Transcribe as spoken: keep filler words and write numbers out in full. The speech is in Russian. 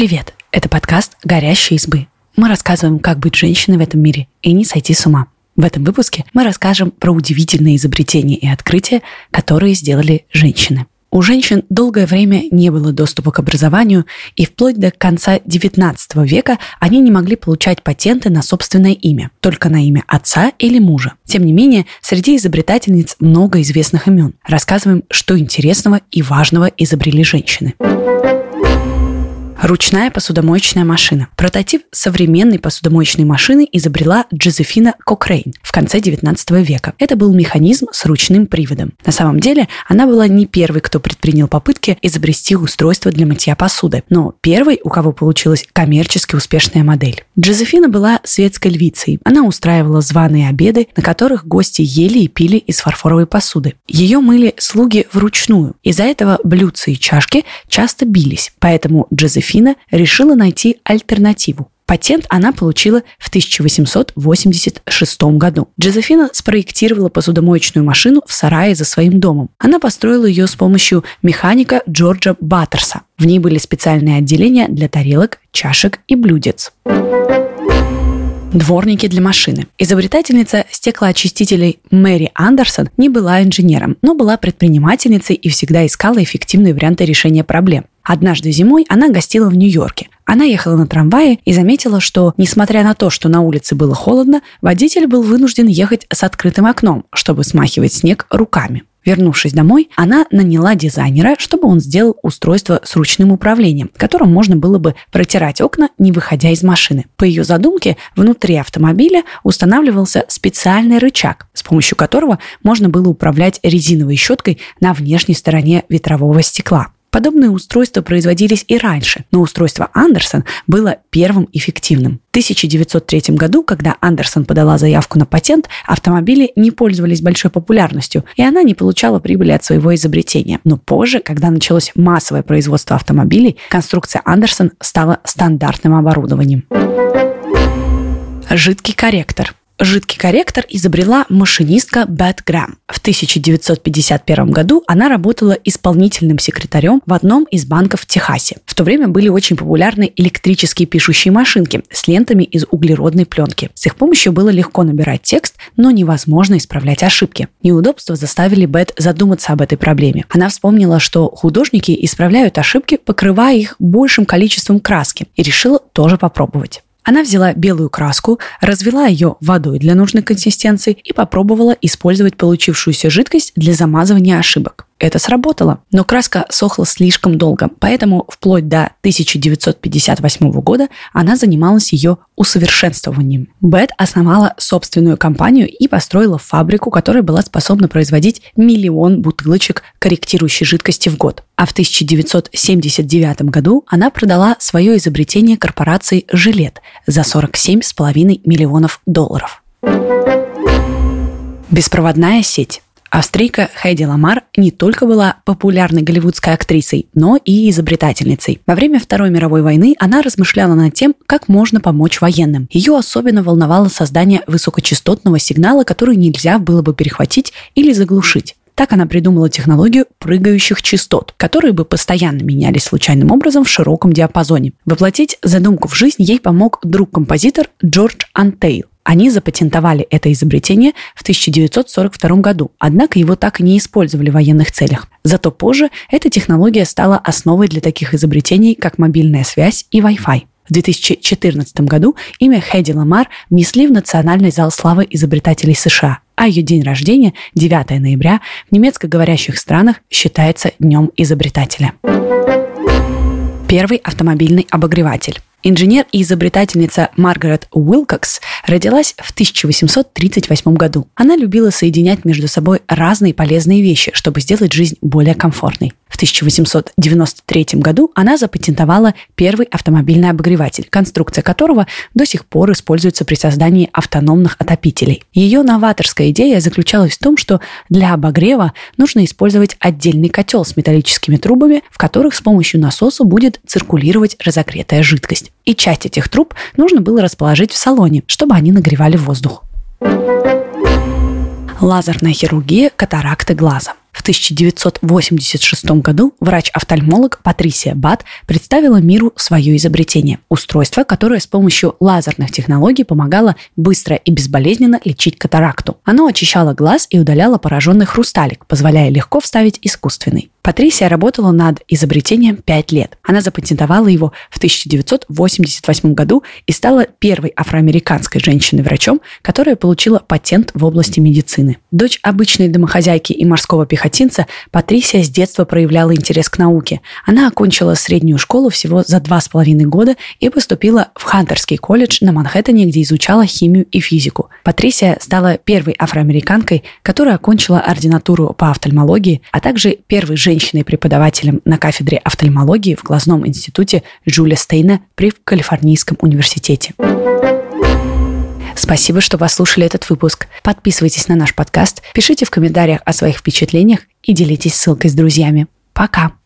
Привет! Это подкаст «Горящие избы». Мы рассказываем, как быть женщиной в этом мире и не сойти с ума. В этом выпуске мы расскажем про удивительные изобретения и открытия, которые сделали женщины. У женщин долгое время не было доступа к образованию, и вплоть до конца девятнадцатого века они не могли получать патенты на собственное имя, только на имя отца или мужа. Тем не менее, среди изобретательниц много известных имен. Рассказываем, что интересного и важного изобрели женщины. Ручная посудомоечная машина. Прототип современной посудомоечной машины изобрела Джозефина Кокрейн в конце девятнадцатого века. Это был механизм с ручным приводом. На самом деле, она была не первой, кто предпринял попытки изобрести устройство для мытья посуды, но первой, у кого получилась коммерчески успешная модель. Джозефина была светской львицей. Она устраивала званые обеды, на которых гости ели и пили из фарфоровой посуды. Ее мыли слуги вручную. Из-за этого блюдца и чашки часто бились, поэтому Джозефина решила найти альтернативу. Патент она получила в тысяча восемьсот восемьдесят шестом году. Джозефина спроектировала посудомоечную машину в сарае за своим домом. Она построила ее с помощью механика Джорджа Баттерса. В ней были специальные отделения для тарелок, чашек и блюдец. Дворники для машины. Изобретательница стеклоочистителей Мэри Андерсон не была инженером, но была предпринимательницей и всегда искала эффективные варианты решения проблем. Однажды зимой она гостила в Нью-Йорке. Она ехала на трамвае и заметила, что, несмотря на то, что на улице было холодно, водитель был вынужден ехать с открытым окном, чтобы смахивать снег руками. Вернувшись домой, она наняла дизайнера, чтобы он сделал устройство с ручным управлением, которым можно было бы протирать окна, не выходя из машины. По ее задумке, внутри автомобиля устанавливался специальный рычаг, с помощью которого можно было управлять резиновой щеткой на внешней стороне ветрового стекла. Подобные устройства производились и раньше, но устройство Андерсон было первым эффективным. В тысяча девятьсот третьем году, когда Андерсон подала заявку на патент, автомобили не пользовались большой популярностью, и она не получала прибыли от своего изобретения. Но позже, когда началось массовое производство автомобилей, конструкция Андерсон стала стандартным оборудованием. Жидкий корректор. Жидкий корректор изобрела машинистка Бет Грэм. В тысяча девятьсот пятьдесят первом году она работала исполнительным секретарем в одном из банков в Техасе. В то время были очень популярны электрические пишущие машинки с лентами из углеродной пленки. С их помощью было легко набирать текст, но невозможно исправлять ошибки. Неудобства заставили Бет задуматься об этой проблеме. Она вспомнила, что художники исправляют ошибки, покрывая их большим количеством краски, и решила тоже попробовать. Она взяла белую краску, развела ее водой для нужной консистенции и попробовала использовать получившуюся жидкость для замазывания ошибок. Это сработало, но краска сохла слишком долго, поэтому вплоть до тысяча девятьсот пятьдесят восьмого года она занималась ее усовершенствованием. Бет основала собственную компанию и построила фабрику, которая была способна производить миллион бутылочек корректирующей жидкости в год. А в тысяча девятьсот семьдесят девятом году она продала свое изобретение корпорации «Жилет» за сорок семь с половиной миллионов долларов. Беспроводная сеть. Австрийка Хайди Ламар не только была популярной голливудской актрисой, но и изобретательницей. Во время Второй мировой войны она размышляла над тем, как можно помочь военным. Ее особенно волновало создание высокочастотного сигнала, который нельзя было бы перехватить или заглушить. Так она придумала технологию прыгающих частот, которые бы постоянно менялись случайным образом в широком диапазоне. Воплотить задумку в жизнь ей помог друг-композитор Джордж Антейл. Они запатентовали это изобретение в тысяча девятьсот сорок втором году, однако его так и не использовали в военных целях. Зато позже эта технология стала основой для таких изобретений, как мобильная связь и Wi-Fi. В две тысячи четырнадцатом году имя Хайди Ламар внесли в Национальный зал славы изобретателей США, а ее день рождения, девятого ноября, в немецкоговорящих странах считается Днем изобретателя. Первый автомобильный обогреватель. Инженер и изобретательница Маргарет Уилкокс родилась в тысяча восемьсот тридцать восьмом году. Она любила соединять между собой разные полезные вещи, чтобы сделать жизнь более комфортной. В тысяча восемьсот девяносто третьем году она запатентовала первый автомобильный обогреватель, конструкция которого до сих пор используется при создании автономных отопителей. Ее новаторская идея заключалась в том, что для обогрева нужно использовать отдельный котел с металлическими трубами, в которых с помощью насоса будет циркулировать разогретая жидкость. И часть этих труб нужно было расположить в салоне, чтобы они нагревали воздух. Лазерная хирургия катаракты глаза. В тысяча девятьсот восемьдесят шестом году врач-офтальмолог Патрисия Бат представила миру свое изобретение – устройство, которое с помощью лазерных технологий помогало быстро и безболезненно лечить катаракту. Оно очищало глаз и удаляло пораженный хрусталик, позволяя легко вставить искусственный. Патрисия работала над изобретением пять лет. Она запатентовала его в тысяча девятьсот восемьдесят восьмом году и стала первой афроамериканской женщиной-врачом, которая получила патент в области медицины. Дочь обычной домохозяйки и морского пехотинца, Патрисия с детства проявляла интерес к науке. Она окончила среднюю школу всего за два с половиной года и поступила в Хантерский колледж на Манхэттене, где изучала химию и физику. Патрисия стала первой афроамериканкой, которая окончила ординатуру по офтальмологии, а также первой женщиной, женщиной-преподавателем на кафедре офтальмологии в глазном институте Джулия Стейна при Калифорнийском университете. Спасибо, что послушали этот выпуск. Подписывайтесь на наш подкаст, пишите в комментариях о своих впечатлениях и делитесь ссылкой с друзьями. Пока!